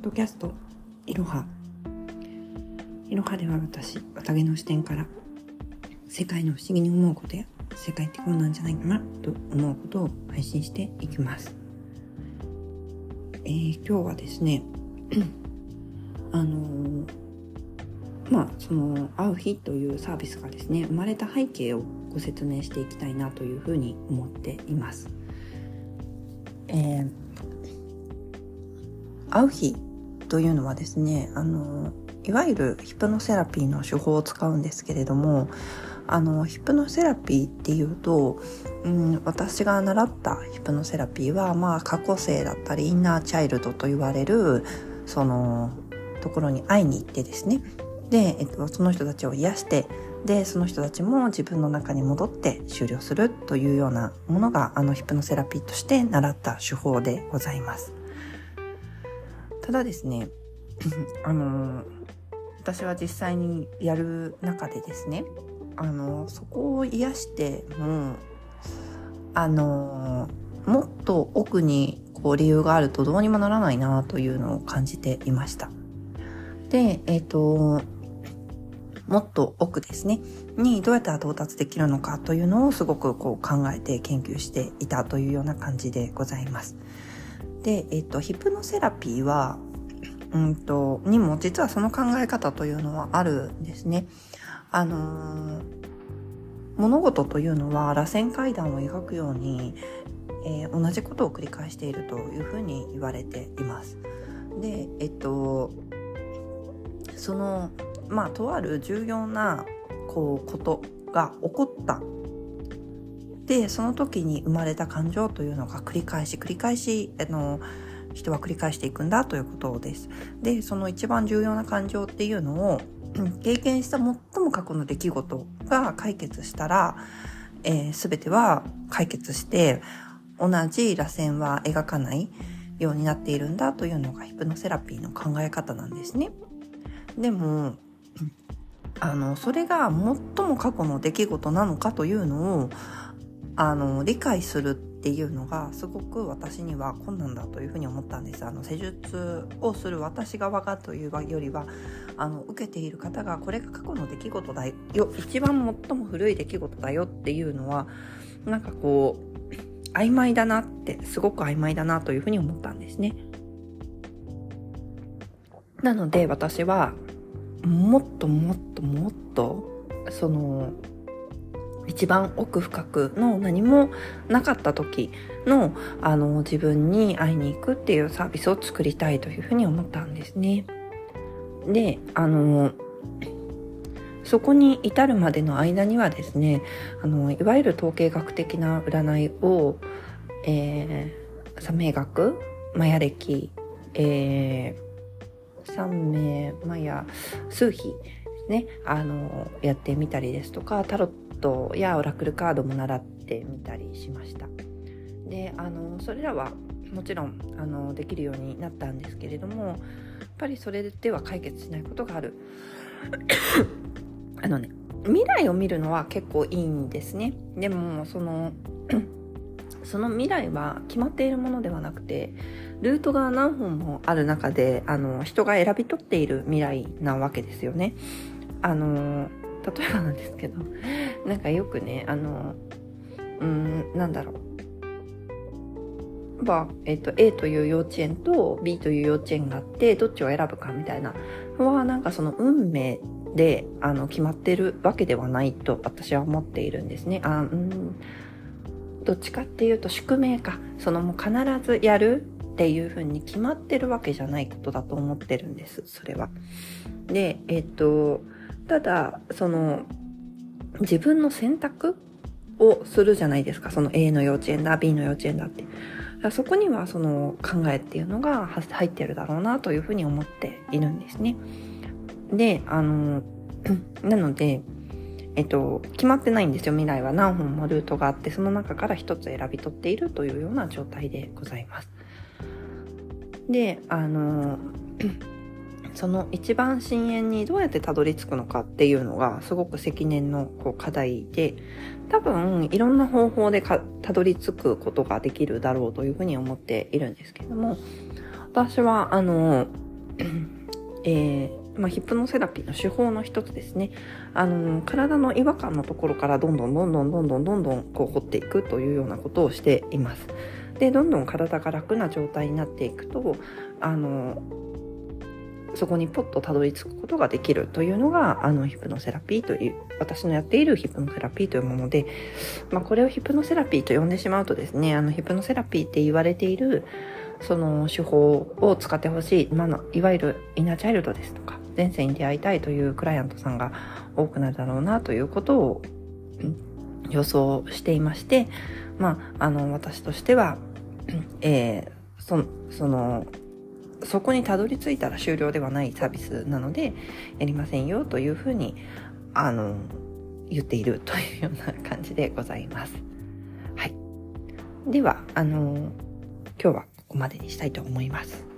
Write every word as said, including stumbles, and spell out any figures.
ドキャストいろは。いろはでは私、綿毛の視点から世界の不思議に思うことや世界ってこうなんじゃないかなと思うことを配信していきます。えー、今日はですねあのー、まあその会う日というサービスがですね生まれた背景をご説明していきたいなというふうに思っています。えー、会う日というのはですね、あのいわゆるヒプノセラピーの手法を使うんですけれども、あのヒプノセラピーっていうと、うん、私が習ったヒプノセラピーは、まあ、過去性だったりインナーチャイルドと言われるそのところに会いに行ってですね、で、えっと、その人たちを癒して、でその人たちも自分の中に戻って終了するというようなものがあのヒプノセラピーとして習った手法でございます。ただですねあの私は実際にやる中でですね、あのそこを癒してもあのもっと奥にこう理由があるとどうにもならないなというのを感じていました。で、えっともっと奥ですねにどうやったら到達できるのかというのをすごくこう考えて研究していたというような感じでございます。で、えっとヒプノセラピーはうんとにも実はその考え方というのはあるんですね。あのー、物事というのは螺旋階段を描くように、えー、同じことを繰り返しているというふうに言われています。で、えっとそのまあとある重要なこうことが起こったで、その時に生まれた感情というのが繰り返し繰り返しあの人は繰り返していくんだということです。で、その一番重要な感情っていうのを経験した最も過去の出来事が解決したら、えー、全ては解決して同じ螺旋は描かないようになっているんだというのがヒプノセラピーの考え方なんですね。でもあのそれが最も過去の出来事なのかというのをあの理解するっていうのがすごく私には困難だというふうに思ったんです。あの施術をする私側がというよりはあの受けている方がこれが過去の出来事だよ、一番最も古い出来事だよっていうのはなんかこう曖昧だなって、すごく曖昧だなというふうに思ったんですね。なので私はもっともっともっとその一番奥深くの何もなかった時のあの自分に会いに行くっていうサービスを作りたいというふうに思ったんですね。で、あのそこに至るまでの間にはですね、あのいわゆる統計学的な占いを、えー、三名学、マヤ歴、えー、三名マヤ数比ですね、あのやってみたりですとか、タロットやオラクルカードも習ってみたりしました。で、あのそれらはもちろんあのできるようになったんですけれども、やっぱりそれでは解決しないことがあるあのね、未来を見るのは結構いいんですね。でもそのその未来は決まっているものではなくて、ルートが何本もある中であの人が選び取っている未来なわけですよね。あの例えばなんですけど、なんかよくね、あのうーんなんだろう、まあえっと A という幼稚園と B という幼稚園があって、どっちを選ぶかみたいなのはなんかその運命であの決まってるわけではないと私は思っているんですね。あうんどっちかっていうと宿命か、そのもう必ずやるっていう風に決まってるわけじゃないことだと思ってるんです、それは。で、えっとただその自分の選択をするじゃないですか。その A の幼稚園だ B の幼稚園だって、だからそこにはその考えっていうのが入ってるだろうなというふうに思っているんですね。で、あのなのでえっと決まってないんですよ。未来は何本もルートがあって、その中から一つ選び取っているというような状態でございます。で、あのその一番深淵にどうやってたどり着くのかっていうのがすごく積年のこう課題で、多分いろんな方法でかたどり着くことができるだろうというふうに思っているんですけれども、私はあのえーまあ、ヒプノセラピーの手法の一つですね。あの体の違和感のところからどんどんどんどんどんどんどんどんこう掘っていくというようなことをしています。でどんどん体が楽な状態になっていくと、あのそこにポッとたどり着くことができるというのがあのヒプノセラピーという、私のやっているヒプノセラピーというもので、まあ、これをヒプノセラピーと呼んでしまうとですね、あのヒプノセラピーって言われているその手法を使ってほしい、まあ、いわゆるイナーチャイルドですとか前世に出会いたいというクライアントさんが多くなるだろうなということを予想していまして、まあ、あの私としては、えー、そ, そのそこにたどり着いたら終了ではないサービスなのでやりませんよというふうにあの言っているというような感じでございます。はい。ではあの今日はここまでにしたいと思います。